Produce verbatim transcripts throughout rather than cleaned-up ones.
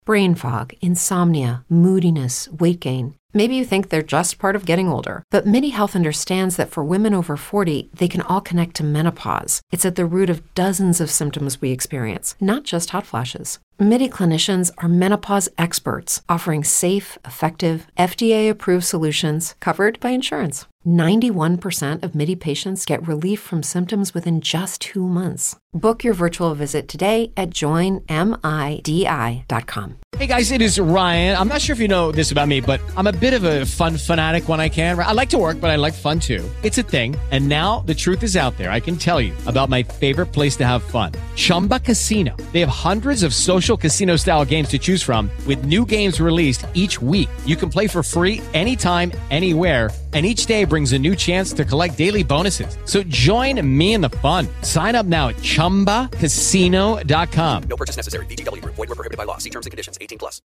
Brain fog, insomnia, moodiness, weight gain. Maybe you think they're just part of getting older, but MIDI Health understands that for women over forty, they can all connect to menopause. It's at the root of dozens of symptoms we experience, not just hot flashes. MIDI clinicians are menopause experts, offering safe, effective, F D A-approved solutions covered by insurance. ninety-one percent of MIDI patients get relief from symptoms within just two months. Book your virtual visit today at join midi dot com. Hey guys, it is Ryan. I'm not sure if you know this about me, but I'm a bit of a fun fanatic when I can. I like to work, but I like fun too. It's a thing. And now the truth is out there. I can tell you about my favorite place to have fun. Chumba Casino. They have hundreds of social casino style games to choose from with new games released each week. You can play for free anytime, anywhere. And each day brings a new chance to collect daily bonuses. So join me in the fun. Sign up now at chumba casino dot com. No purchase necessary. V G W Group. Void where prohibited by law. See terms and conditions. eighteen plus.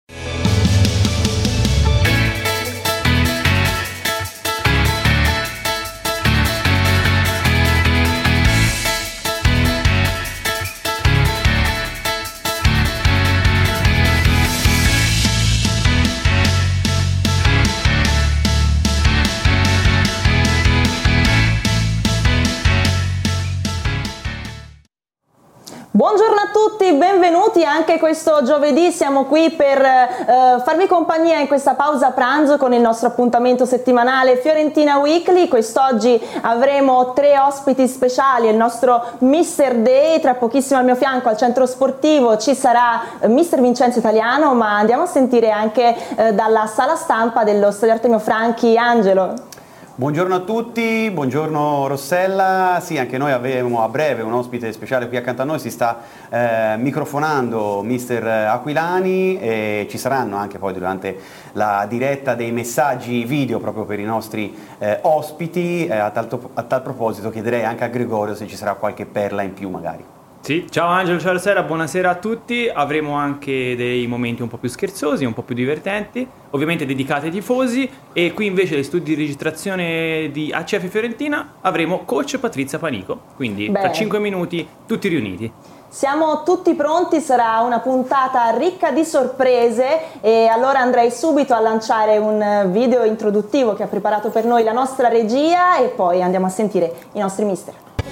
Buongiorno a tutti, benvenuti anche questo giovedì, siamo qui per eh, farvi compagnia in questa pausa pranzo con il nostro appuntamento settimanale Fiorentina Weekly. Quest'oggi avremo tre ospiti speciali, il nostro mister Day, tra pochissimo al mio fianco al centro sportivo ci sarà eh, mister Vincenzo Italiano, ma andiamo a sentire anche eh, dalla sala stampa dello Stadio Artemio Franchi Angelo. Buongiorno a tutti, buongiorno Rossella. Sì, anche noi avremo a breve un ospite speciale qui accanto a noi, si sta eh, microfonando mister Aquilani e ci saranno anche poi durante la diretta dei messaggi video proprio per i nostri eh, ospiti. Eh, a, tal to- a tal proposito chiederei anche a Gregorio se ci sarà qualche perla in più magari. Sì, ciao Angelo, ciao Rossella, buonasera a tutti. Avremo anche dei momenti un po' più scherzosi, un po' più divertenti, ovviamente dedicati ai tifosi, e qui invece nei studi di registrazione di A C F Fiorentina avremo coach Patrizia Panico, quindi Beh. tra cinque minuti tutti riuniti. Siamo tutti pronti, sarà una puntata ricca di sorprese e allora andrei subito a lanciare un video introduttivo che ha preparato per noi la nostra regia e poi andiamo a sentire i nostri mister.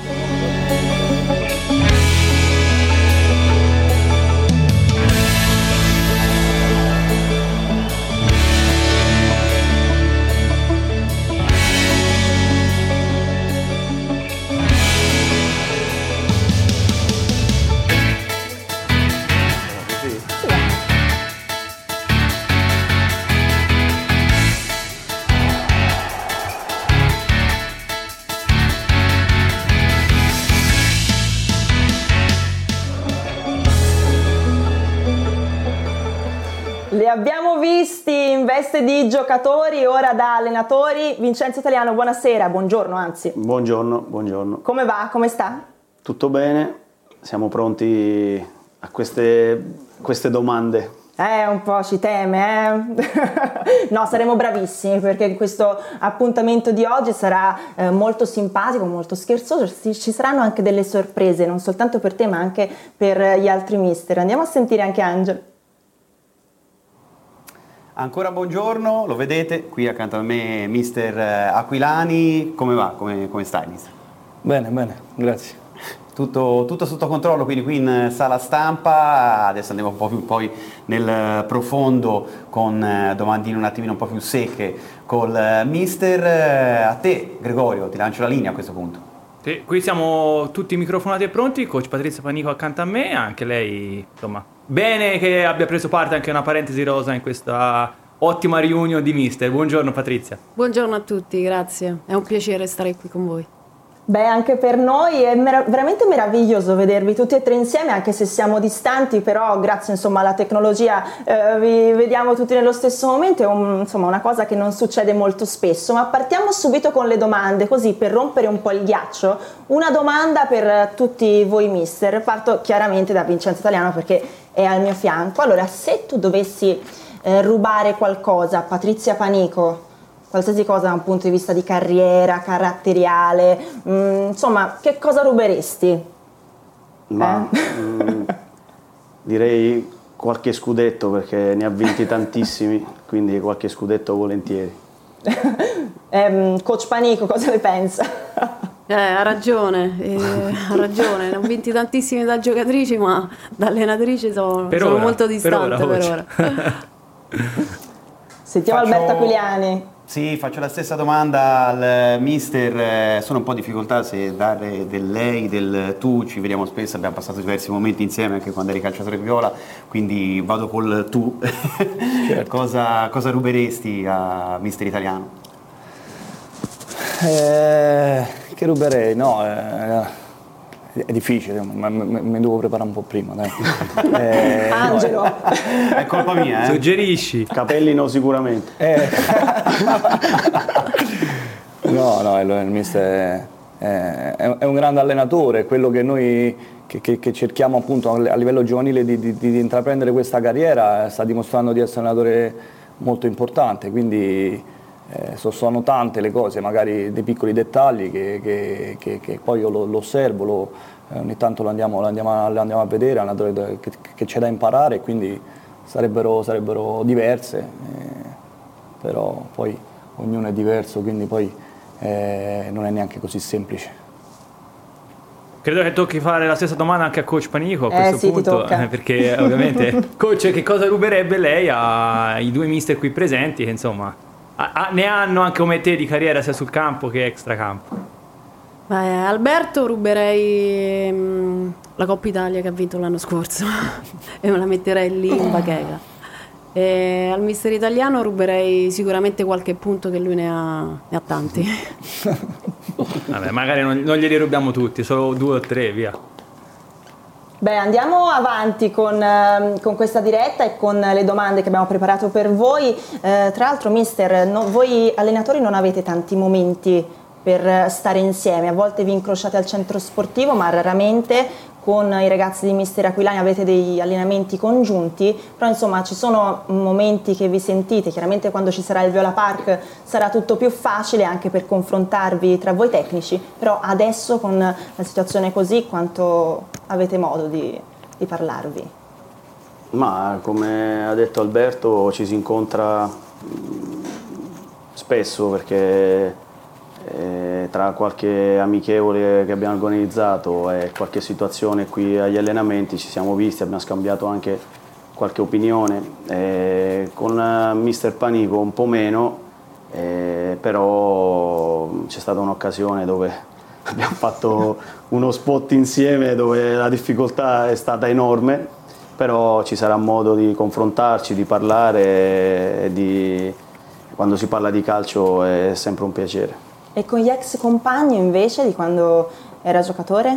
Li abbiamo visti in veste di giocatori, ora da allenatori. Vincenzo Italiano, buonasera, buongiorno anzi. Buongiorno, buongiorno. Come va? Come sta? Tutto bene, siamo pronti a queste, queste domande. Eh, un po' ci teme, eh? No, saremo bravissimi perché questo appuntamento di oggi sarà eh, molto simpatico, molto scherzoso, ci saranno anche delle sorprese, non soltanto per te ma anche per gli altri mister. Andiamo a sentire anche Angelo. Ancora buongiorno, lo vedete qui accanto a me mister Aquilani. Come va? Come, come stai mister? Bene, bene, grazie. Tutto, tutto sotto controllo, quindi qui in sala stampa. Adesso andiamo un po' più poi nel profondo con domandine un attimino un po' più secche col mister. A te Gregorio, ti lancio la linea a questo punto. Sì, qui siamo tutti microfonati e pronti, coach Patrizia Panico accanto a me, anche lei, insomma, bene che abbia preso parte anche una parentesi rosa in questa ottima riunione di mister. Buongiorno Patrizia. Buongiorno a tutti, grazie, è un piacere stare qui con voi. Beh, anche per noi è mer- veramente meraviglioso vedervi tutti e tre insieme, anche se siamo distanti, però grazie insomma alla tecnologia eh, vi vediamo tutti nello stesso momento, è un, insomma una cosa che non succede molto spesso. Ma partiamo subito con le domande, così per rompere un po' il ghiaccio. Una domanda per tutti voi mister, parto chiaramente da Vincenzo Italiano perché è al mio fianco. Allora, se tu dovessi eh, rubare qualcosa a Patrizia Panico, qualsiasi cosa da un punto di vista di carriera, caratteriale, mh, insomma, che cosa ruberesti? Ma Eh? mh, direi qualche scudetto perché ne ha vinti tantissimi, quindi qualche scudetto volentieri. eh, Coach Panico, cosa ne pensa? Eh, ha ragione, eh, ha ragione, ne ho vinti tantissimi da giocatrici, ma da allenatrice sono, Per sono ora, molto distante per ora. per ora. Sentiamo Faccio- Alberto Aquiliani. Sì, faccio la stessa domanda al mister, eh, sono un po' in difficoltà se dare del lei, del tu, ci vediamo spesso, abbiamo passato diversi momenti insieme anche quando eri calciatore viola, quindi vado col tu. Certo. cosa, cosa ruberesti a mister italiano? Eh, che ruberei? No, eh, è difficile, ma me, me devo preparare un po' prima, dai. Eh, Angelo. È colpa mia, eh? Suggerisci. Capelli no sicuramente. Eh. No, no, il, il mister è, è, è un grande allenatore, quello che noi che, che, che cerchiamo appunto a livello giovanile di, di, di intraprendere questa carriera, sta dimostrando di essere un allenatore molto importante, quindi eh, so, sono tante le cose, magari dei piccoli dettagli che, che, che, che poi io lo, lo osservo, lo, eh, ogni tanto lo andiamo, lo andiamo, lo andiamo a vedere, è un allenatore che, che c'è da imparare, quindi sarebbero, sarebbero diverse, eh, però poi ognuno è diverso, quindi poi eh, non è neanche così semplice. Credo che tocchi fare la stessa domanda anche a Coach Panico a Eh, questo sì, ti punto, tocca. eh, perché ovviamente Coach, che cosa ruberebbe lei ai due mister qui presenti che insomma a, a, ne hanno anche come te di carriera sia sul campo che extra campo? Beh, Alberto ruberei mm, la Coppa Italia che ha vinto l'anno scorso e me la metterei lì in bacheca. E al mister italiano ruberei sicuramente qualche punto che lui ne ha, ne ha tanti. Vabbè, magari non, non glieli rubiamo tutti, solo due o tre, via. Beh, andiamo avanti con, ehm, con questa diretta e con le domande che abbiamo preparato per voi. Eh, tra l'altro, mister, no- voi allenatori non avete tanti momenti per stare insieme, a volte vi incrociate al centro sportivo, ma raramente con i ragazzi di mister Aquilani avete degli allenamenti congiunti, però insomma ci sono momenti che vi sentite, chiaramente quando ci sarà il Viola Park sarà tutto più facile anche per confrontarvi tra voi tecnici, però adesso con la situazione così quanto avete modo di, di parlarvi? Ma come ha detto Alberto ci si incontra spesso perché eh, tra qualche amichevole che abbiamo organizzato e qualche situazione qui agli allenamenti ci siamo visti, abbiamo scambiato anche qualche opinione. Eh, con eh, mister Panico un po' meno, eh, però c'è stata un'occasione dove abbiamo fatto uno spot insieme dove la difficoltà è stata enorme, però ci sarà modo di confrontarci, di parlare, e di... quando si parla di calcio è sempre un piacere. E con gli ex compagni invece di quando era giocatore?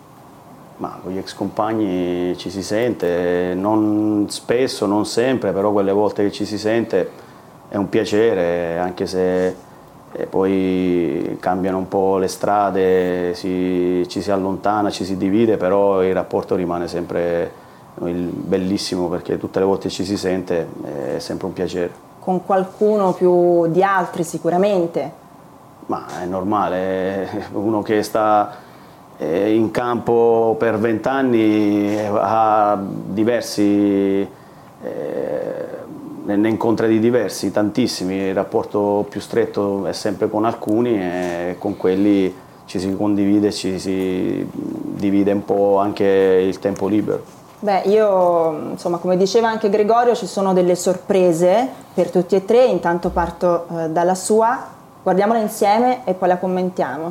Ma con gli ex compagni ci si sente, non spesso, non sempre, però quelle volte che ci si sente è un piacere, anche se eh, poi cambiano un po' le strade, si, ci si allontana, ci si divide, però il rapporto rimane sempre bellissimo perché tutte le volte che ci si sente è sempre un piacere. Con qualcuno più di altri sicuramente? Ma è normale, uno che sta in campo per vent'anni ha diversi, eh, ne incontra di diversi, tantissimi, il rapporto più stretto è sempre con alcuni e con quelli ci si condivide, ci si divide un po' anche il tempo libero. Beh, io, insomma, come diceva anche Gregorio, ci sono delle sorprese per tutti e tre, intanto parto eh, dalla sua. Guardiamola insieme e poi la commentiamo.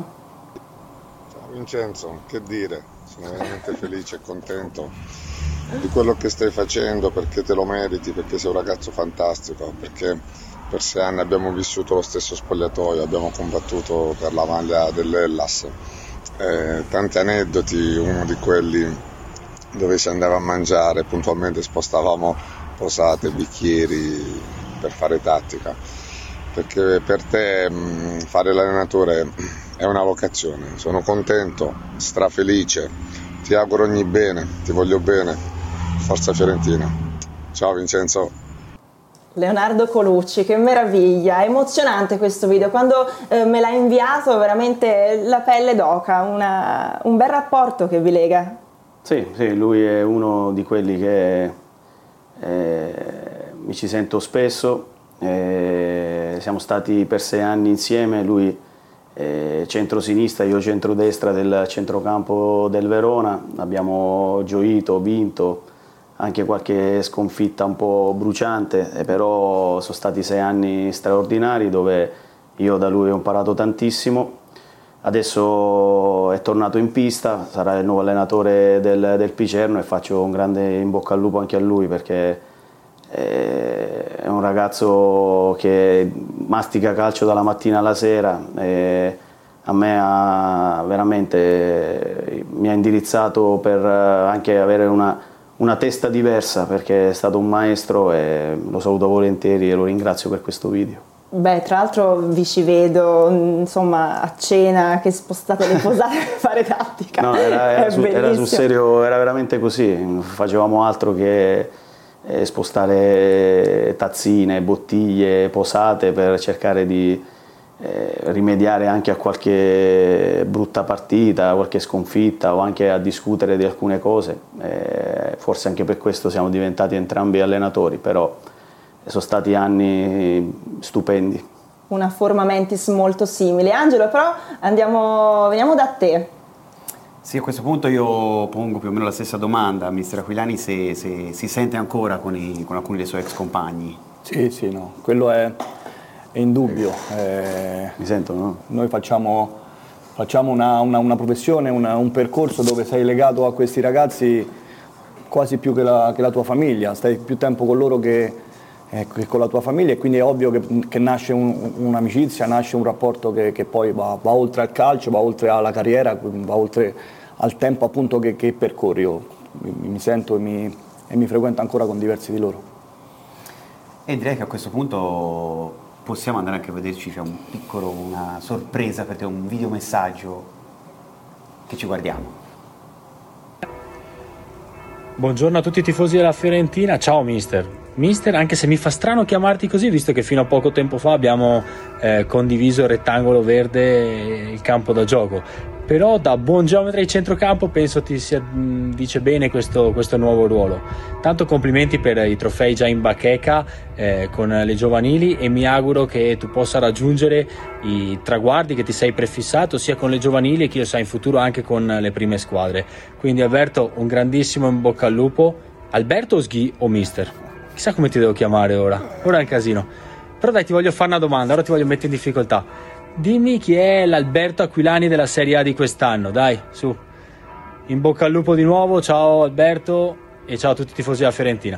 Ciao Vincenzo, che dire, sono veramente felice e contento di quello che stai facendo perché te lo meriti, perché sei un ragazzo fantastico, perché per sei anni abbiamo vissuto lo stesso spogliatoio, abbiamo combattuto per la maglia dell'Hellas, eh, tanti aneddoti, uno di quelli dove si andava a mangiare, puntualmente spostavamo posate, bicchieri per fare tattica. Perché per te mh, fare l'allenatore è una vocazione, sono contento, strafelice, ti auguro ogni bene, ti voglio bene, forza Fiorentina. Ciao Vincenzo. Leonardo Colucci, che meraviglia, è emozionante questo video, quando eh, me l'ha inviato veramente la pelle d'oca, una, un bel rapporto che vi lega. Sì, sì, lui è uno di quelli che eh, mi ci sento spesso, eh, siamo stati per sei anni insieme, lui eh, centro-sinistra, io centro-destra del centrocampo del Verona, abbiamo gioito, vinto, anche qualche sconfitta un po' bruciante, eh, però sono stati sei anni straordinari dove io da lui ho imparato tantissimo. Adesso è tornato in pista, sarà il nuovo allenatore del, del Picerno e faccio un grande in bocca al lupo anche a lui perché è un ragazzo che mastica calcio dalla mattina alla sera e a me ha veramente mi ha indirizzato per anche avere una, una testa diversa perché è stato un maestro e lo saluto volentieri e lo ringrazio per questo video. Beh, tra l'altro vi ci vedo, insomma, a cena che spostate le posate per fare tattica. No, era, era, su, era sul serio, era veramente così, non facevamo altro che eh, spostare tazzine, bottiglie, posate per cercare di eh, rimediare anche a qualche brutta partita, qualche sconfitta o anche a discutere di alcune cose. Eh, forse anche per questo siamo diventati entrambi allenatori, però sono stati anni stupendi. Una forma mentis molto simile. Angelo, però andiamo, veniamo da te. Sì, a questo punto io pongo più o meno la stessa domanda a mister Aquilani, se, se si sente ancora con, i, con alcuni dei suoi ex compagni. Sì, sì, no, quello è, è indubbio. Eh, Mi sento, no? Noi facciamo, facciamo una, una, una professione, una, un percorso dove sei legato a questi ragazzi quasi più che la, che la tua famiglia, stai più tempo con loro che Ecco, con la tua famiglia e quindi è ovvio che, che nasce un, un'amicizia, nasce un rapporto che, che poi va, va oltre al calcio, va oltre alla carriera, va oltre al tempo appunto che, che percorri. Io mi, mi sento e mi, e mi frequento ancora con diversi di loro. E direi che a questo punto possiamo andare anche a vederci, c'è un piccolo, una sorpresa per te, un videomessaggio che ci guardiamo. Buongiorno a tutti i tifosi della Fiorentina, ciao mister. Mister, anche se mi fa strano chiamarti così, visto che fino a poco tempo fa abbiamo eh, condiviso il rettangolo verde e il campo da gioco, però da buon geometra di centrocampo penso ti sia, mh, dice bene questo, questo nuovo ruolo. Tanto complimenti per i trofei già in bacheca eh, con le giovanili e mi auguro che tu possa raggiungere i traguardi che ti sei prefissato sia con le giovanili e chi lo sa in futuro anche con le prime squadre. Quindi Alberto, un grandissimo in bocca al lupo. Alberto o Sghi o mister? Chissà come ti devo chiamare ora, ora è un casino. Però dai, ti voglio fare una domanda, ora ti voglio mettere in difficoltà. Dimmi chi è l'Alberto Aquilani della Serie A di quest'anno, dai, su. In bocca al lupo di nuovo, ciao Alberto e ciao a tutti i tifosi della Fiorentina.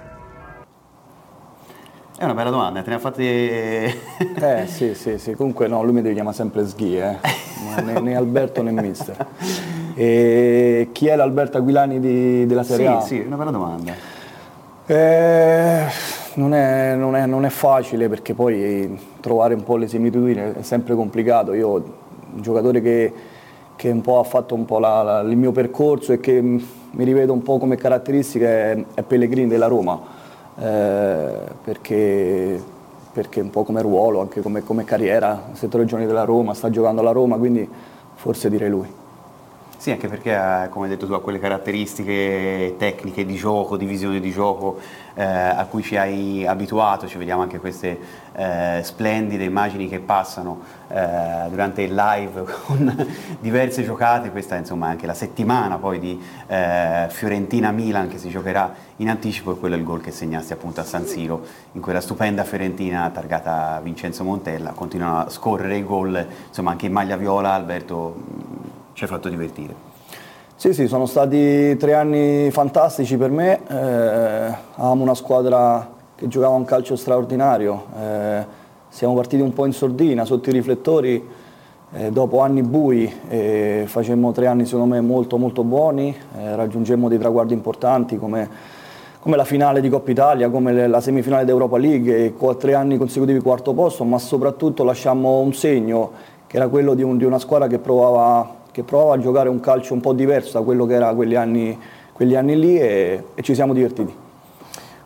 È una bella domanda, te ne ha fatte... Eh sì, sì, sì, comunque no, lui mi deve chiamare sempre Sghi, eh. né, né Alberto né mister. E chi è l'Alberto Aquilani di, della Serie sì, A? Sì, sì, una bella domanda. Eh, non, è, non, è, non è facile perché poi trovare un po' le similitudini è sempre complicato. Io, un giocatore che, che un po' ha fatto un po' la, la, il mio percorso e che mi rivedo un po' come caratteristiche è, è Pellegrini della Roma, eh, perché, perché un po' come ruolo, anche come, come carriera, sette regioni della Roma, sta giocando alla Roma, quindi forse direi lui. Sì, anche perché, come hai detto tu, ha quelle caratteristiche tecniche di gioco, di visione di gioco eh, a cui ci hai abituato. Ci vediamo anche queste eh, splendide immagini che passano eh, durante il live con diverse giocate. Questa insomma è anche la settimana poi di eh, Fiorentina-Milan che si giocherà in anticipo e quello è il gol che segnasti appunto a San Siro in quella stupenda Fiorentina targata Vincenzo Montella. Continuano a scorrere i gol, insomma anche in maglia viola Alberto ci ha fatto divertire. Sì, sì, sono stati tre anni fantastici per me, eh, avevamo una squadra che giocava un calcio straordinario, eh, siamo partiti un po' in sordina, sotto i riflettori, eh, dopo anni bui, eh, facemmo tre anni secondo me molto molto buoni, eh, raggiungemmo dei traguardi importanti come, come la finale di Coppa Italia, come le, la semifinale d'Europa League, e qua, tre anni consecutivi quarto posto, ma soprattutto lasciammo un segno che era quello di, un, di una squadra che provava che provava a giocare un calcio un po' diverso da quello che era quegli anni, quegli anni lì e, e ci siamo divertiti.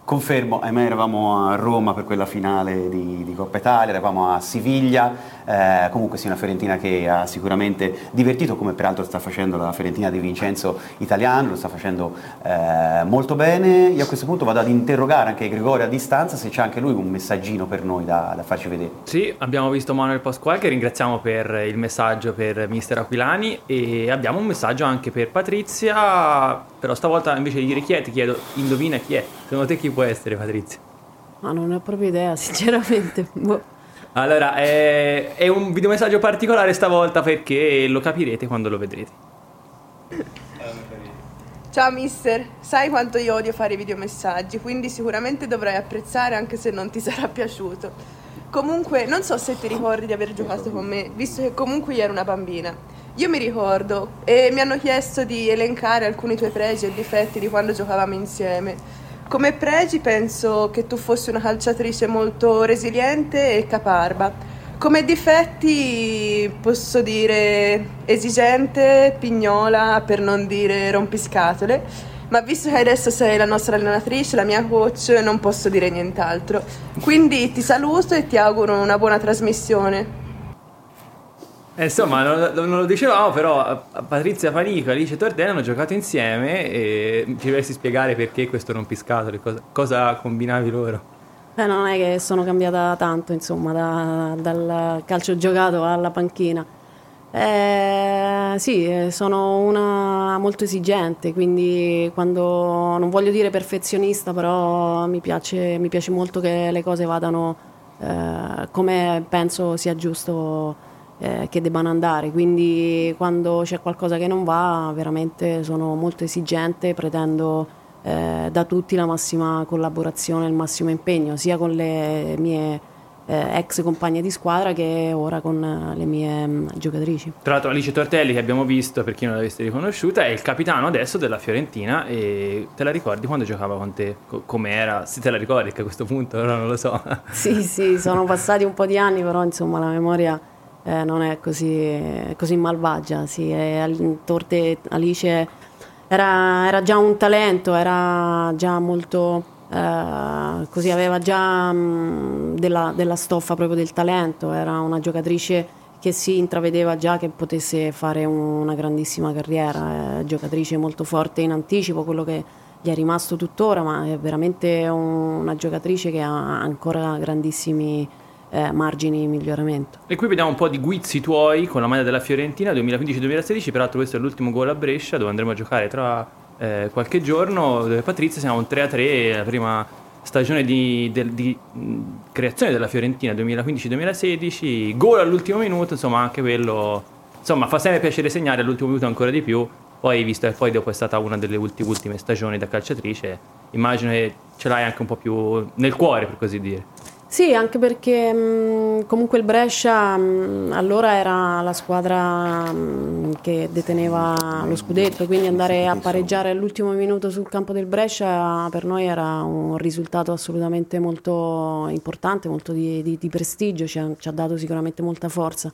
Confermo, ahimè eravamo a Roma per quella finale di, di Coppa Italia, eravamo a Siviglia, eh, comunque sì, una Fiorentina che ha sicuramente divertito, come peraltro sta facendo la Fiorentina di Vincenzo Italiano, lo sta facendo eh, molto bene. Io a questo punto vado ad interrogare anche Gregorio a distanza se c'è anche lui un messaggino per noi da, da farci vedere. Sì, abbiamo visto Manuel Pasquale, che ringraziamo per il messaggio per mister Aquilani, e abbiamo un messaggio anche per Patrizia, però stavolta invece di dire chi è ti chiedo, indovina chi è. Secondo te chi può essere, Patrizia? Ma non ne ho proprio idea, sinceramente. Boh. Allora, è, è un videomessaggio particolare stavolta perché lo capirete quando lo vedrete. Ciao mister, sai quanto io odio fare videomessaggi, quindi sicuramente dovrai apprezzare anche se non ti sarà piaciuto. Comunque, non so se ti ricordi di aver giocato con me, visto che comunque io ero una bambina. Io mi ricordo e mi hanno chiesto di elencare alcuni tuoi pregi e difetti di quando giocavamo insieme. Come pregi penso che tu fossi una calciatrice molto resiliente e caparba. Come difetti posso dire esigente, pignola, per non dire rompiscatole, ma visto che adesso sei la nostra allenatrice, la mia coach, non posso dire nient'altro. Quindi ti saluto e ti auguro una buona trasmissione. Eh, insomma, non, non lo dicevamo, però Patrizia Panico e Alice Tortelli hanno giocato insieme e ci dovresti spiegare perché questo rompiscatole, cosa, cosa combinavi loro? Eh, non è che sono cambiata tanto, insomma, da, dal calcio giocato alla panchina. Eh, sì, sono una molto esigente, quindi quando, non voglio dire perfezionista, però mi piace, mi piace molto che le cose vadano eh, come penso sia giusto eh, che debbano andare, quindi quando c'è qualcosa che non va veramente sono molto esigente, pretendo eh, da tutti la massima collaborazione, il massimo impegno, sia con le mie eh, ex compagne di squadra che ora con eh, le mie mh, giocatrici. Tra l'altro Alice Tortelli, che abbiamo visto, per chi non l'avesse riconosciuta, è il capitano adesso della Fiorentina, e te la ricordi quando giocava con te? Co- com'era? Se te la ricordi, che a questo punto ora non lo so. Sì, sì, sono passati un po' di anni, però insomma la memoria eh, non è così, così malvagia. Sì, e Torte, Alice era, era già un talento, era già molto eh, così, aveva già mh, della, della stoffa proprio del talento, era una giocatrice che si intravedeva già che potesse fare un, una grandissima carriera, eh, giocatrice molto forte in anticipo, quello che gli è rimasto tuttora, ma è veramente un, una giocatrice che ha ancora grandissimi eh, margini di miglioramento. E qui vediamo un po' di guizzi tuoi con la maglia della Fiorentina duemilaquindici duemilasedici, peraltro questo è l'ultimo gol a Brescia, dove andremo a giocare tra eh, qualche giorno, dove Patrizia siamo un tre a tre, la prima stagione di, di, di mh, creazione della Fiorentina duemilaquindici duemilasedici, gol all'ultimo minuto, insomma anche quello, insomma fa sempre piacere segnare all'ultimo minuto ancora di più. Poi, visto che poi dopo è stata una delle ultime, ultime stagioni da calciatrice, immagino che ce l'hai anche un po' più nel cuore, per così dire. Sì, anche perché mh, comunque il Brescia mh, allora era la squadra mh, che deteneva lo scudetto, quindi andare a pareggiare all'ultimo minuto sul campo del Brescia per noi era un risultato assolutamente molto importante, molto di, di, di prestigio, ci ha, ci ha dato sicuramente molta forza.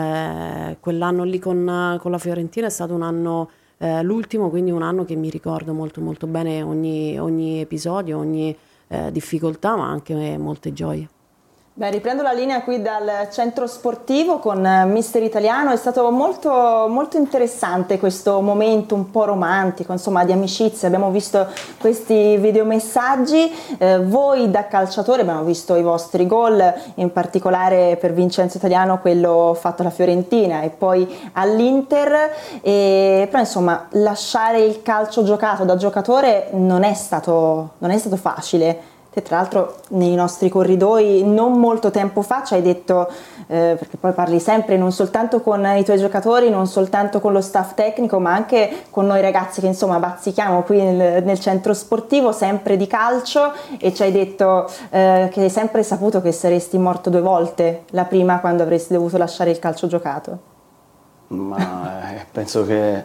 Eh, quell'anno lì con, con la Fiorentina è stato un anno, eh, l'ultimo, quindi un anno che mi ricordo molto molto bene, ogni, ogni episodio, ogni eh, difficoltà, ma anche molte gioie. Beh, riprendo la linea qui dal centro sportivo con mister Italiano, è stato molto, molto interessante questo momento un po' romantico, insomma di amicizia, abbiamo visto questi videomessaggi, eh, voi da calciatori abbiamo visto i vostri gol, in particolare per Vincenzo Italiano quello fatto alla Fiorentina e poi all'Inter, e, però insomma lasciare il calcio giocato da giocatore non è stato, non è stato facile. Te tra l'altro nei nostri corridoi non molto tempo fa ci hai detto, eh, perché poi parli sempre non soltanto con i tuoi giocatori, non soltanto con lo staff tecnico, ma anche con noi ragazzi che insomma bazzichiamo qui nel, nel centro sportivo, sempre di calcio, e ci hai detto eh, che hai sempre saputo che saresti morto due volte, la prima quando avresti dovuto lasciare il calcio giocato. Ma eh, penso che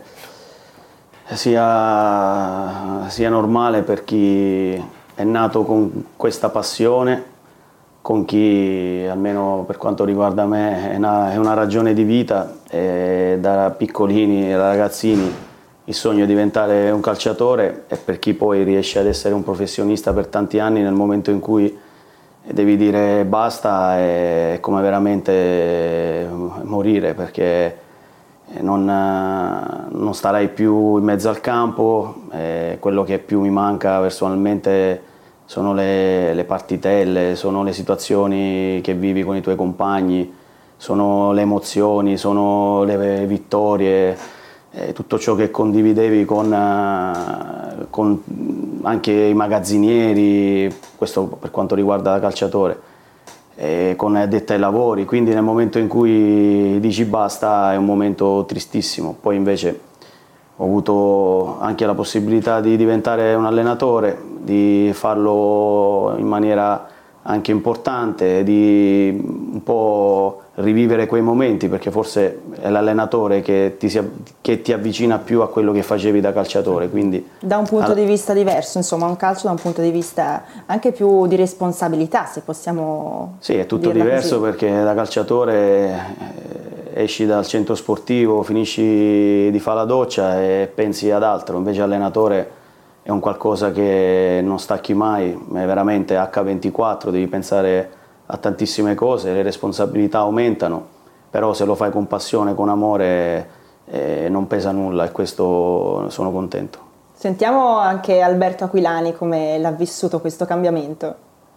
sia, sia normale per chi è nato con questa passione, con chi, almeno per quanto riguarda me, è una, è una ragione di vita, e da piccolini e da ragazzini il sogno è diventare un calciatore, e per chi poi riesce ad essere un professionista per tanti anni, nel momento in cui devi dire basta è come veramente morire, perché non, non starai più in mezzo al campo. Eh, quello che più mi manca personalmente sono le, le partitelle, sono le situazioni che vivi con i tuoi compagni, sono le emozioni, sono le vittorie, eh, tutto ciò che condividevi con, uh, con anche i magazzinieri, questo per quanto riguarda da calciatore, eh, con addetti ai lavori. Quindi nel momento in cui dici basta è un momento tristissimo. Poi invece ho avuto anche la possibilità di diventare un allenatore, di farlo in maniera anche importante, di un po' rivivere quei momenti, perché forse è l'allenatore che ti, si, che ti avvicina più a quello che facevi da calciatore. Quindi da un punto all... di vista diverso, insomma, un calcio da un punto di vista anche più di responsabilità, se possiamo Sì, è tutto dirla diverso, così. Perché da calciatore esci dal centro sportivo, finisci di fare la doccia e pensi ad altro. Invece allenatore è un qualcosa che non stacchi mai, è veramente acca ventiquattro, devi pensare a tantissime cose, le responsabilità aumentano, però se lo fai con passione, con amore, eh, non pesa nulla, e questo sono contento. Sentiamo anche Alberto Aquilani come l'ha vissuto questo cambiamento.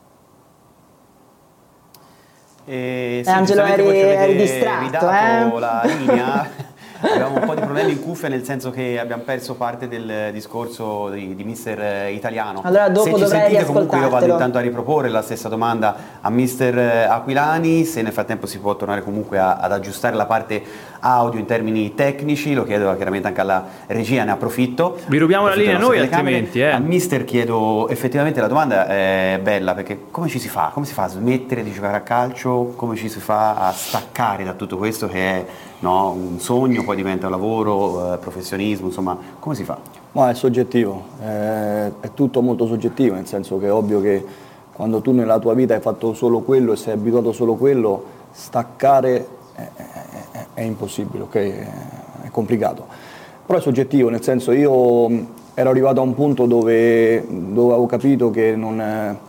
E, sì, Angelo, eri, eri distratto, ridato eh? la linea. Abbiamo un po' di problemi in cuffia, nel senso che abbiamo perso parte del discorso di, di mister Italiano. Allora dopo se ci dovrai sentite, comunque io vado riascoltartelo. intanto a riproporre la stessa domanda a mister Aquilani. Se nel frattempo si può tornare comunque a, ad aggiustare la parte audio in termini tecnici, lo chiedo chiaramente anche alla regia, ne approfitto. Vi rubiamo approfitto la linea noi altrimenti, eh. Al mister chiedo, effettivamente la domanda è bella, perché come ci si fa? Come si fa a smettere di giocare a calcio? Come ci si fa a staccare da tutto questo che è, no, un sogno, poi diventa lavoro, eh, professionismo, insomma, come si fa? Ma è soggettivo, è, è tutto molto soggettivo, nel senso che è ovvio che quando tu nella tua vita hai fatto solo quello e sei abituato solo a quello, staccare è, è, è impossibile, ok? È, è complicato. Però è soggettivo, nel senso, io ero arrivato a un punto dove, dove avevo capito che non...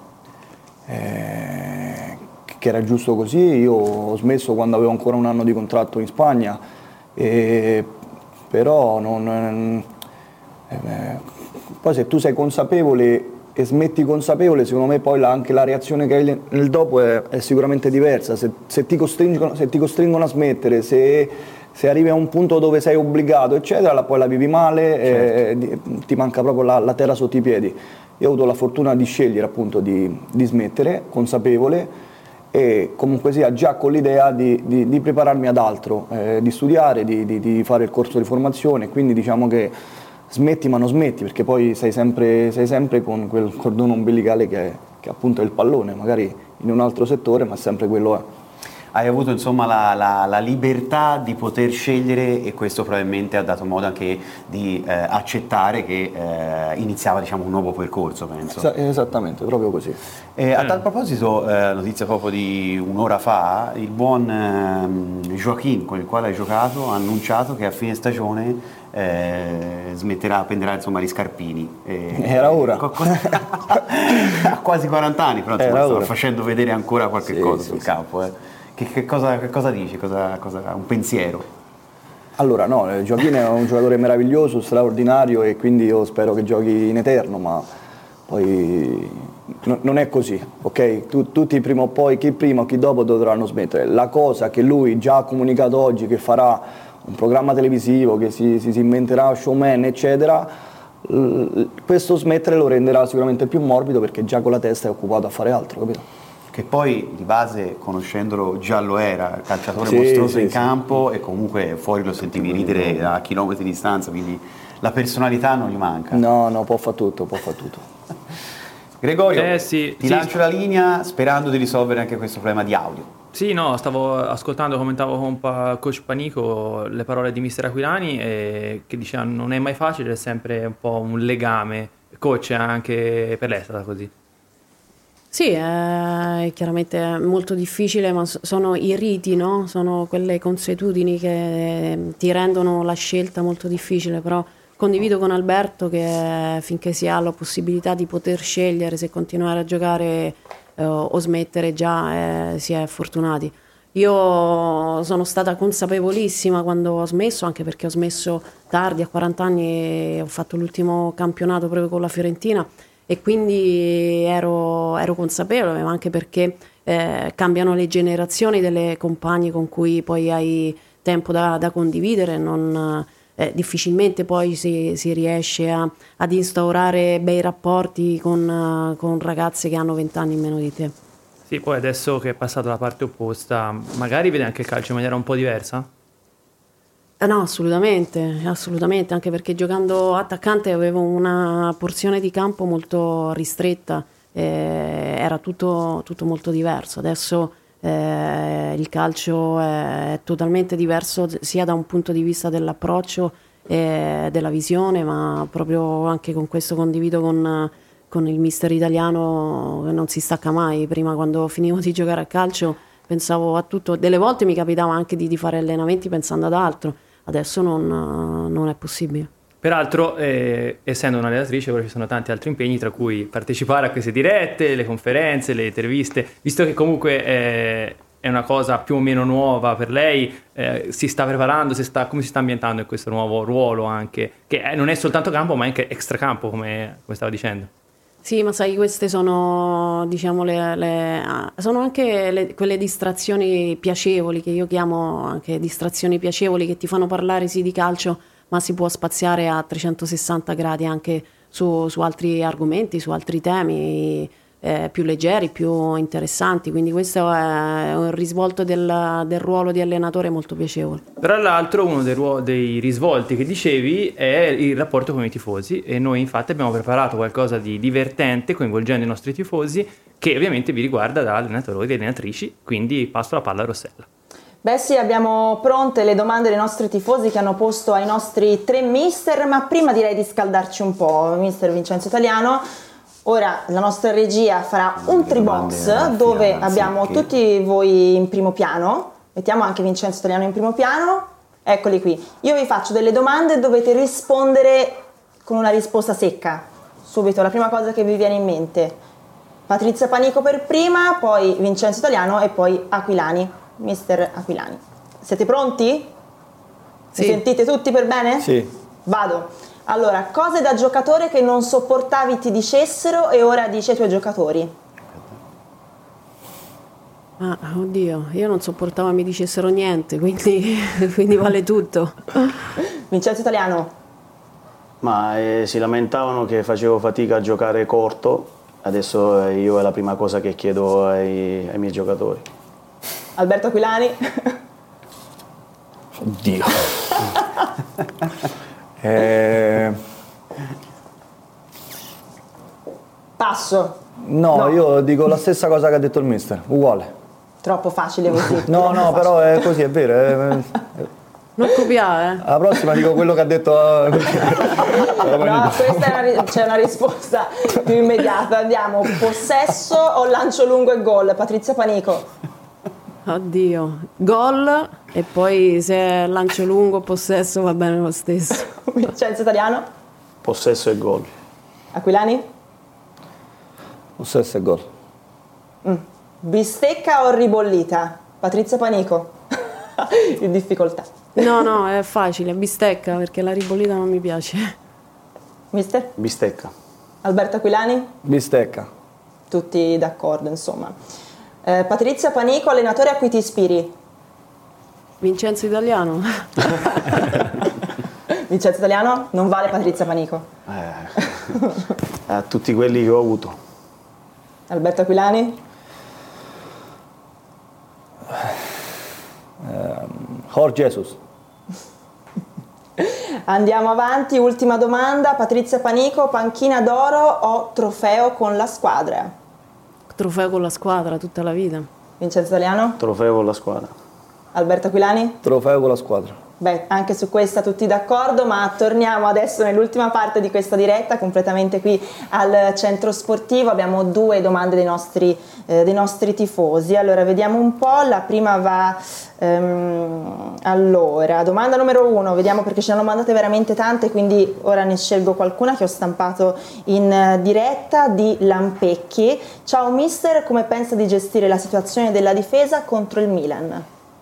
Eh, che era giusto così. Io ho smesso quando avevo ancora un anno di contratto in Spagna, e, però non, eh, poi se tu sei consapevole e smetti consapevole, secondo me poi la, anche la reazione che hai nel dopo è, è sicuramente diversa. Se, se, ti costringono, se ti costringono a smettere, se, se arrivi a un punto dove sei obbligato eccetera, la, poi la vivi male, certo. e, ti manca proprio la, la terra sotto i piedi. Io ho avuto la fortuna di scegliere appunto di, di smettere, consapevole, e comunque sia già con l'idea di, di, di prepararmi ad altro, eh, di studiare, di, di, di fare il corso di formazione. Quindi diciamo che smetti ma non smetti, perché poi sei sempre, sei sempre con quel cordone ombelicale che, è, che appunto è il pallone, magari in un altro settore, ma sempre quello è. Hai avuto insomma la, la, la libertà di poter scegliere, e questo probabilmente ha dato modo anche di eh, accettare che eh, iniziava, diciamo, un nuovo percorso, penso. Es- esattamente, proprio così. Eh, a tal proposito, eh, notizia proprio di un'ora fa, il buon eh, Joaquin, con il quale hai giocato, ha annunciato che a fine stagione eh, smetterà, prenderà insomma gli scarpini. Eh, Era ora. Ha quasi quaranta anni, però insomma, sta facendo vedere ancora qualche sì, cosa sì, sul sì. campo. Eh. Che, che, cosa, che cosa dici? Cosa, cosa, un pensiero? Allora no, Joaquin è un giocatore meraviglioso, straordinario, e quindi io spero che giochi in eterno, ma poi no, non è così, ok? Tu, tutti prima o poi, chi prima o chi dopo, dovranno smettere. La cosa che lui già ha comunicato oggi, che farà un programma televisivo, che si, si, si inventerà showman eccetera, l- questo smettere lo renderà sicuramente più morbido, perché già con la testa è occupato a fare altro, capito? Che poi di base, conoscendolo, già lo era, calciatore Sì, mostruoso sì, in sì. campo, e comunque fuori lo sentivi ridere a chilometri di distanza, quindi la personalità non gli manca. No, no, può fare tutto, può fare tutto. Gregorio, Eh, sì, ti sì. lancio la linea sperando di risolvere anche questo problema di audio. Sì, no, stavo ascoltando, commentavo con pa- coach Panico le parole di mister Aquilani, e che diceva non è mai facile, è sempre un po' un legame. Coach, anche per lei è stata così? Sì, è chiaramente molto difficile, ma so- sono i riti, no? Sono quelle consuetudini che ti rendono la scelta molto difficile, però condivido con Alberto che finché si ha la possibilità di poter scegliere se continuare a giocare eh, o smettere già eh, si è fortunati. Io sono stata consapevolissima quando ho smesso, anche perché ho smesso tardi, a quaranta anni, e ho fatto l'ultimo campionato proprio con la Fiorentina e quindi ero, ero consapevole, ma anche perché eh, cambiano le generazioni delle compagne con cui poi hai tempo da, da condividere, non, eh, difficilmente poi si, si riesce a, ad instaurare bei rapporti con, con ragazze che hanno vent'anni in meno di te. Sì, poi adesso che è passato la parte opposta, magari vede anche il calcio in maniera un po' diversa? Eh no, assolutamente, assolutamente, anche perché giocando attaccante avevo una porzione di campo molto ristretta, eh, era tutto, tutto molto diverso. Adesso eh, il calcio è totalmente diverso sia da un punto di vista dell'approccio e della visione, ma proprio anche con questo condivido con... con il mister italiano che non si stacca mai. Prima, quando finivo di giocare a calcio, pensavo a tutto, delle volte mi capitava anche di, di fare allenamenti pensando ad altro, adesso non, non è possibile. Peraltro, eh, essendo un'allenatrice, però ci sono tanti altri impegni, tra cui partecipare a queste dirette, le conferenze, le interviste, visto che comunque eh, è una cosa più o meno nuova per lei, eh, si sta preparando, si sta, come si sta ambientando in questo nuovo ruolo anche, che eh, non è soltanto campo ma anche extracampo, come, come stava dicendo. Sì, ma sai, queste sono, diciamo, le, le, sono anche le, quelle distrazioni piacevoli, che io chiamo anche distrazioni piacevoli, che ti fanno parlare sì di calcio, ma si può spaziare a trecentosessanta gradi anche su, su altri argomenti, su altri temi eh, più leggeri, più interessanti, quindi questo è un risvolto del, del ruolo di allenatore molto piacevole. Tra l'altro uno dei, ruo- dei risvolti che dicevi è il rapporto con i tifosi, e noi infatti abbiamo preparato qualcosa di divertente coinvolgendo i nostri tifosi, che ovviamente vi riguarda da allenatori e allenatrici, quindi passo la palla a Rossella. Beh sì, abbiamo pronte le domande dei nostri tifosi che hanno posto ai nostri tre mister, ma prima direi di scaldarci un po'. Mister Vincenzo Italiano, ora la nostra regia farà un tribox dove abbiamo tutti voi in primo piano, mettiamo anche Vincenzo Italiano in primo piano, eccoli qui. Io vi faccio delle domande e dovete rispondere con una risposta secca, subito, la prima cosa che vi viene in mente. Patrizia Panico per prima, poi Vincenzo Italiano e poi Aquilani. Mister Aquilani, siete pronti? Sì. Mi sentite tutti per bene? Sì. Vado. Allora, cose da giocatore che non sopportavi ti dicessero e ora dici ai tuoi giocatori. Ah, oddio, io non sopportavo mi dicessero niente, quindi, quindi vale tutto. Vincenzo Italiano. Ma eh, si lamentavano che facevo fatica a giocare corto, adesso eh, io è la prima cosa che chiedo ai, ai miei giocatori. Alberto Aquilani. Oddio. eh... Passo. No, no, io dico la stessa cosa che ha detto il mister, uguale. Troppo facile così. No, no, però è così, è vero. È... Non copiare, eh. Alla prossima dico quello che ha detto. No, questa è una, c'è una risposta più immediata. Andiamo, possesso o lancio lungo e gol? Patrizia Panico. Oddio, gol e poi se lancio lungo possesso va bene lo stesso. Vincenzo Italiano. Possesso e gol. Aquilani. Possesso e gol. Mm. Bistecca o ribollita? Patrizia Panico. In difficoltà. No, no, è facile, bistecca, perché la ribollita non mi piace. Mister? Bistecca. Alberto Aquilani? Bistecca. Tutti d'accordo, insomma. Eh, Patrizia Panico, allenatore a cui ti ispiri? Vincenzo Italiano. Vincenzo Italiano? Non vale Patrizia Panico. Eh, a tutti quelli che ho avuto. Alberto Aquilani? Um, Jorge Jesus. Andiamo avanti, ultima domanda. Patrizia Panico, panchina d'oro o trofeo con la squadra? Trofeo con la squadra tutta la vita. Vincenzo Italiano? Trofeo con la squadra. Alberto Aquilani? Trofeo con la squadra. Beh, anche su questa tutti d'accordo, ma torniamo adesso nell'ultima parte di questa diretta, completamente qui al centro sportivo. Abbiamo due domande dei nostri eh, dei nostri tifosi. Allora, vediamo un po', la prima va... Um, allora, domanda numero uno, vediamo perché ce ne hanno mandate veramente tante, quindi ora ne scelgo qualcuna che ho stampato in uh, diretta, di Lampecchi. Ciao mister, come pensa di gestire la situazione della difesa contro il Milan?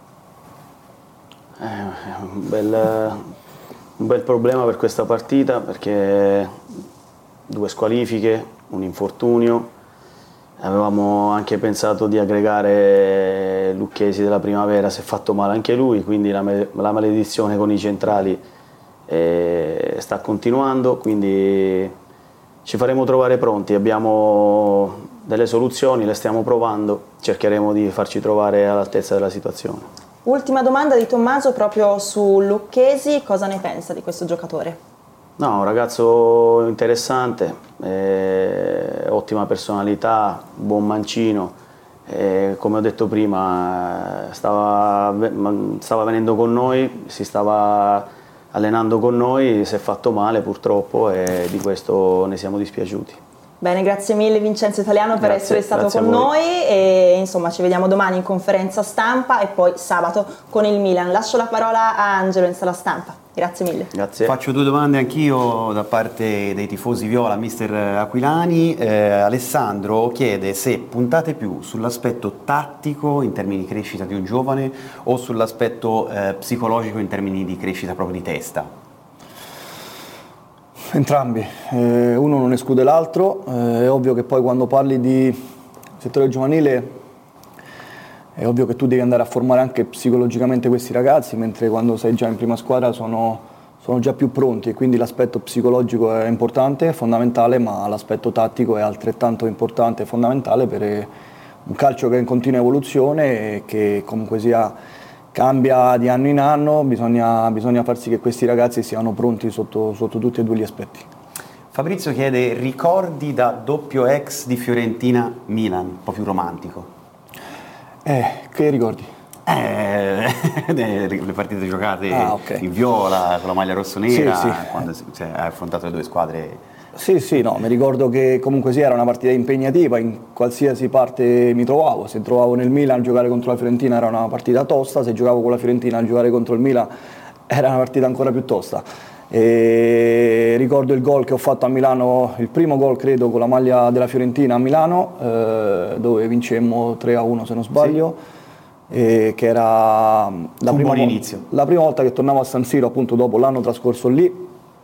È un bel, un bel problema per questa partita, perché due squalifiche, un infortunio. Avevamo anche pensato di aggregare Lucchesi della Primavera, si è fatto male anche lui, quindi la, la maledizione con i centrali eh, sta continuando, quindi ci faremo trovare pronti, abbiamo delle soluzioni, le stiamo provando, cercheremo di farci trovare all'altezza della situazione. Ultima domanda di Tommaso proprio su Lucchesi, cosa ne pensa di questo giocatore? No, un ragazzo interessante, eh, ottima personalità, buon mancino, eh, come ho detto prima stava, stava venendo con noi, si stava allenando con noi, si è fatto male purtroppo e di questo ne siamo dispiaciuti. Bene, grazie mille Vincenzo Italiano per Grazie, essere stato grazie con a voi. noi e insomma ci vediamo domani in conferenza stampa e poi sabato con il Milan. Lascio la parola a Angelo in sala stampa. Grazie mille. Grazie. Faccio due domande anch'io da parte dei tifosi viola, mister Aquilani. Eh, Alessandro chiede se puntate più sull'aspetto tattico in termini di crescita di un giovane o sull'aspetto eh, psicologico in termini di crescita proprio di testa. Entrambi, eh, uno non esclude l'altro, eh, è ovvio che poi quando parli di settore giovanile è ovvio che tu devi andare a formare anche psicologicamente questi ragazzi, mentre quando sei già in prima squadra sono, sono già più pronti e quindi l'aspetto psicologico è importante, è fondamentale, ma l'aspetto tattico è altrettanto importante e fondamentale per un calcio che è in continua evoluzione e che comunque sia cambia di anno in anno, bisogna, bisogna far sì che questi ragazzi siano pronti sotto, sotto tutti e due gli aspetti. Fabrizio chiede ricordi da doppio ex di Fiorentina-Milan, un po' più romantico. Eh, che ricordi? Eh, le partite giocate ah, okay. in viola, con la maglia rossonera, sì, sì. quando cioè, hai affrontato le due squadre. Sì, sì, no, mi ricordo che comunque sì, era una partita impegnativa, in qualsiasi parte mi trovavo, se trovavo nel Milan a giocare contro la Fiorentina era una partita tosta, se giocavo con la Fiorentina a giocare contro il Milan era una partita ancora più tosta. E ricordo il gol che ho fatto a Milano, il primo gol credo con la maglia della Fiorentina a Milano, eh, dove vincemmo tre a uno se non sbaglio, sì. E che era la prima, buon inizio. la prima volta che tornavo a San Siro appunto dopo l'anno trascorso lì.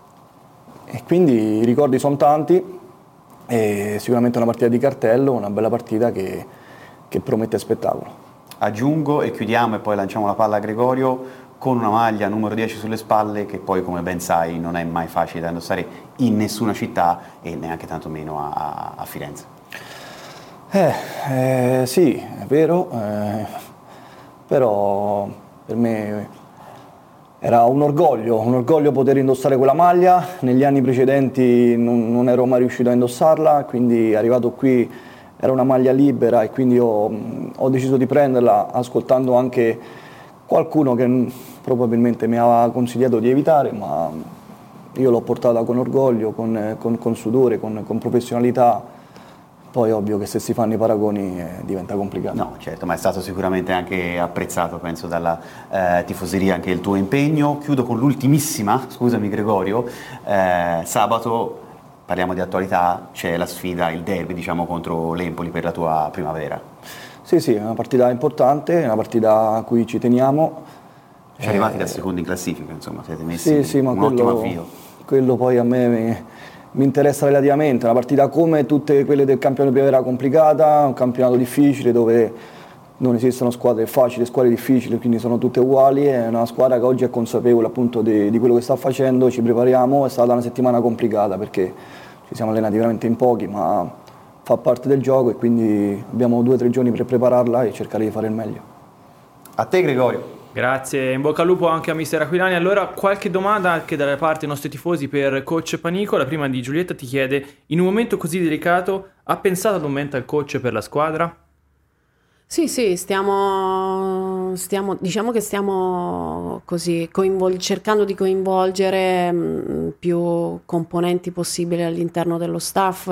E quindi i ricordi sono tanti e sicuramente una partita di cartello, una bella partita che, che promette spettacolo. Aggiungo e chiudiamo e poi lanciamo la palla a Gregorio con una maglia numero dieci sulle spalle che poi come ben sai non è mai facile da indossare in nessuna città e neanche tantomeno a, a Firenze. Eh, eh, sì, è vero, eh, però per me... Era un orgoglio, un orgoglio poter indossare quella maglia, negli anni precedenti non, non ero mai riuscito a indossarla, quindi arrivato qui era una maglia libera e quindi ho, ho deciso di prenderla ascoltando anche qualcuno che probabilmente mi aveva consigliato di evitare, ma io l'ho portata con orgoglio, con, con, con sudore, con, con professionalità. Poi è ovvio che se si fanno i paragoni eh, diventa complicato. No, certo, ma è stato sicuramente anche apprezzato, penso, dalla eh, tifoseria anche il tuo impegno. Chiudo con l'ultimissima, scusami Gregorio, eh, sabato, parliamo di attualità, c'è la sfida, il derby diciamo contro l'Empoli per la tua Primavera. Sì, sì, è una partita importante, è una partita a cui ci teniamo. Ci arrivati da secondo in classifica, insomma, siete messi sì, sì, ma un quello, ottimo avvio. Quello poi a me... Mi... Mi interessa relativamente, una partita come tutte quelle del campionato primavera complicata, un campionato difficile dove non esistono squadre facili e squadre difficili, quindi sono tutte uguali, è una squadra che oggi è consapevole appunto di, di quello che sta facendo, ci prepariamo, è stata una settimana complicata perché ci siamo allenati veramente in pochi, ma fa parte del gioco e quindi abbiamo due o tre giorni per prepararla e cercare di fare il meglio. A te Gregorio. Grazie, in bocca al lupo anche a mister Aquilani. Allora, qualche domanda anche dalle parte dei nostri tifosi per coach Panico. La prima di Giulietta ti chiede, in un momento così delicato, ha pensato ad un mental coach per la squadra? Sì, sì, stiamo, stiamo diciamo che stiamo così coinvol- cercando di coinvolgere mh, più componenti possibili all'interno dello staff.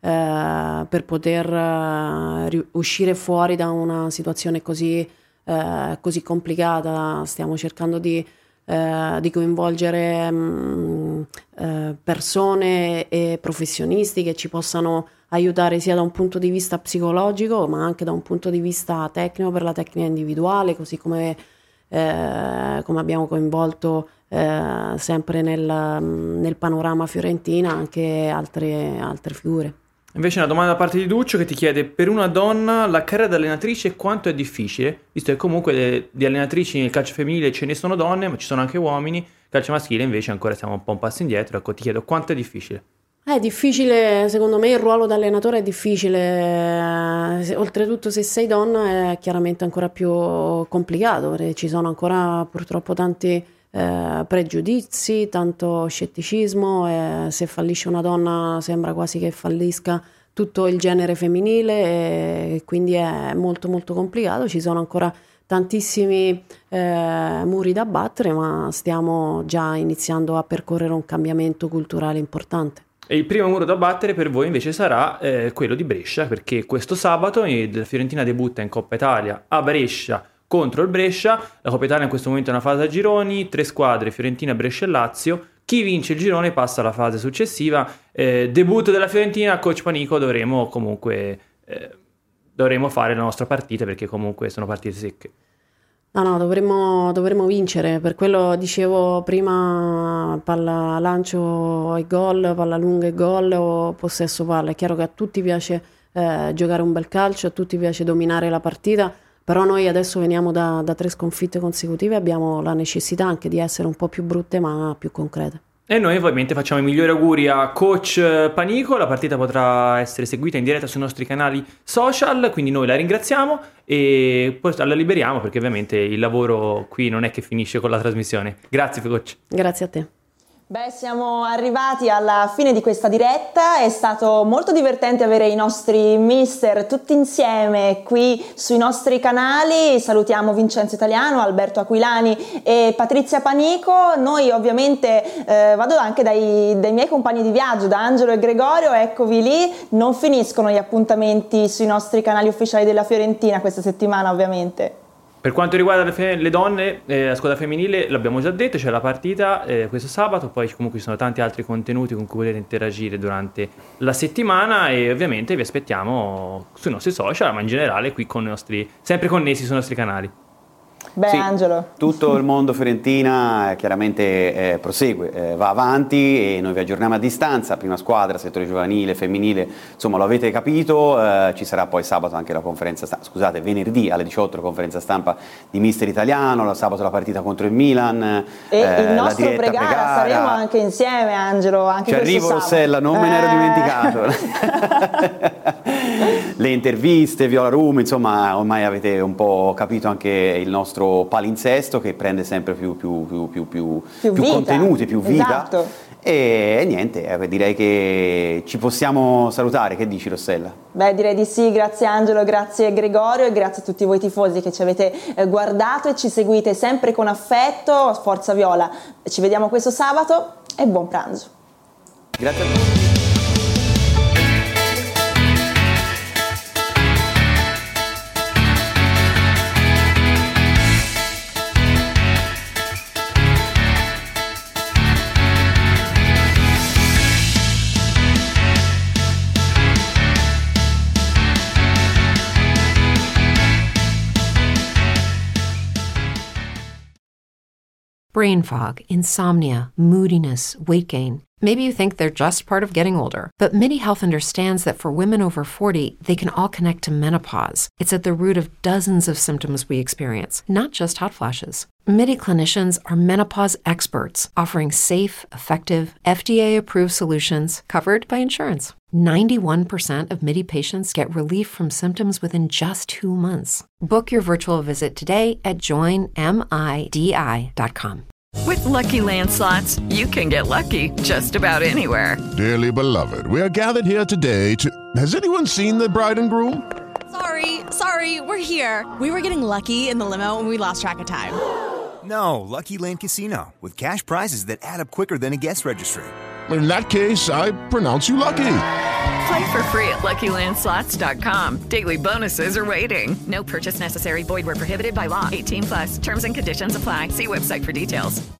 eh, per poter eh, uscire fuori da una situazione così, eh, così complicata. Stiamo cercando di, eh, di coinvolgere mh, eh, persone e professionisti che ci possano aiutare sia da un punto di vista psicologico ma anche da un punto di vista tecnico per la tecnica individuale, così come, eh, come abbiamo coinvolto eh, sempre nel, nel panorama Fiorentina anche altre, altre figure. Invece una domanda da parte di Duccio che ti chiede: per una donna la carriera da allenatrice quanto è difficile? Visto che comunque le, di allenatrici nel calcio femminile ce ne sono donne ma ci sono anche uomini, calcio maschile invece ancora siamo un po' un passo indietro. Ecco, ti chiedo quanto è difficile. È difficile, secondo me il ruolo da allenatore è difficile, se, oltretutto se sei donna è chiaramente ancora più complicato, perché ci sono ancora purtroppo tanti eh, pregiudizi, tanto scetticismo, e se fallisce una donna sembra quasi che fallisca tutto il genere femminile, e quindi è molto molto complicato. Ci sono ancora tantissimi eh, muri da battere, ma stiamo già iniziando a percorrere un cambiamento culturale importante. E il primo muro da battere per voi invece sarà eh, quello di Brescia, perché questo sabato la Fiorentina debutta in Coppa Italia a Brescia contro il Brescia. La Coppa Italia in questo momento è una fase a gironi, tre squadre, Fiorentina, Brescia e Lazio. Chi vince il girone passa alla fase successiva. Eh, debutto della Fiorentina, coach Panico, dovremo comunque eh, dovremo fare la nostra partita, perché comunque sono partite secche. No, no, dovremmo, dovremmo vincere, per quello dicevo prima, palla lancio e gol, palla lunga e gol o possesso palla. È chiaro che a tutti piace eh, giocare un bel calcio, a tutti piace dominare la partita, però noi adesso veniamo da, da tre sconfitte consecutive e abbiamo la necessità anche di essere un po' più brutte ma più concrete. E noi ovviamente facciamo i migliori auguri a coach Panico. La partita potrà essere seguita in diretta sui nostri canali social, quindi noi la ringraziamo e poi la liberiamo, perché ovviamente il lavoro qui non è che finisce con la trasmissione. Grazie coach. Grazie a te. Beh, siamo arrivati alla fine di questa diretta, è stato molto divertente avere i nostri mister tutti insieme qui sui nostri canali. Salutiamo Vincenzo Italiano, Alberto Aquilani e Patrizia Panico. Noi ovviamente eh, vado anche dai, dai miei compagni di viaggio, da Angelo e Gregorio, eccovi lì. Non finiscono gli appuntamenti sui nostri canali ufficiali della Fiorentina questa settimana ovviamente. Per quanto riguarda le, fe- le donne, eh, la squadra femminile l'abbiamo già detto, c'è la partita eh, questo sabato, poi comunque ci sono tanti altri contenuti con cui potete interagire durante la settimana e ovviamente vi aspettiamo sui nostri social, ma in generale qui con i nostri, sempre connessi sui nostri canali. Beh, sì, Angelo. Tutto il mondo Fiorentina eh, chiaramente eh, prosegue, eh, va avanti e noi vi aggiorniamo a distanza, prima squadra, settore giovanile, femminile, insomma lo avete capito, eh, ci sarà poi sabato anche la conferenza stampa, scusate, venerdì alle diciotto la conferenza stampa di Mister Italiano, la sabato la partita contro il Milan. E eh, il nostro la pregara, pregara, saremo anche insieme Angelo, anche ci questo arrivo sabato. Rossella, non eh. me ne ero dimenticato. Le interviste, Viola Room, insomma ormai avete un po' capito anche il nostro palinsesto che prende sempre più, più, più, più, più, più, più contenuti, più vita. Esatto. E, e niente, eh, direi che ci possiamo salutare, che dici Rossella? Beh, direi di sì, grazie Angelo, grazie Gregorio e grazie a tutti voi tifosi che ci avete eh, guardato e ci seguite sempre con affetto. Forza Viola, ci vediamo questo sabato e buon pranzo. Grazie a tutti. Brain fog, insomnia, moodiness, weight gain. Maybe you think they're just part of getting older, but MIDI Health understands that for women over forty, they can all connect to menopause. It's at the root of dozens of symptoms we experience, not just hot flashes. MIDI clinicians are menopause experts, offering safe, effective, F D A-approved solutions covered by insurance. ninety-one percent of MIDI patients get relief from symptoms within just two months. Book your virtual visit today at join midi dot com. With Lucky Land Slots, you can get lucky just about anywhere. Dearly beloved, we are gathered here today to... Has anyone seen the bride and groom? Sorry, sorry, we're here. We were getting lucky in the limo and we lost track of time. No, Lucky Land Casino, with cash prizes that add up quicker than a guest registry. In that case, I pronounce you lucky. Play for free at lucky land slots dot com. Daily bonuses are waiting. No purchase necessary. Void where prohibited by law. eighteen plus. Terms and conditions apply. See website for details.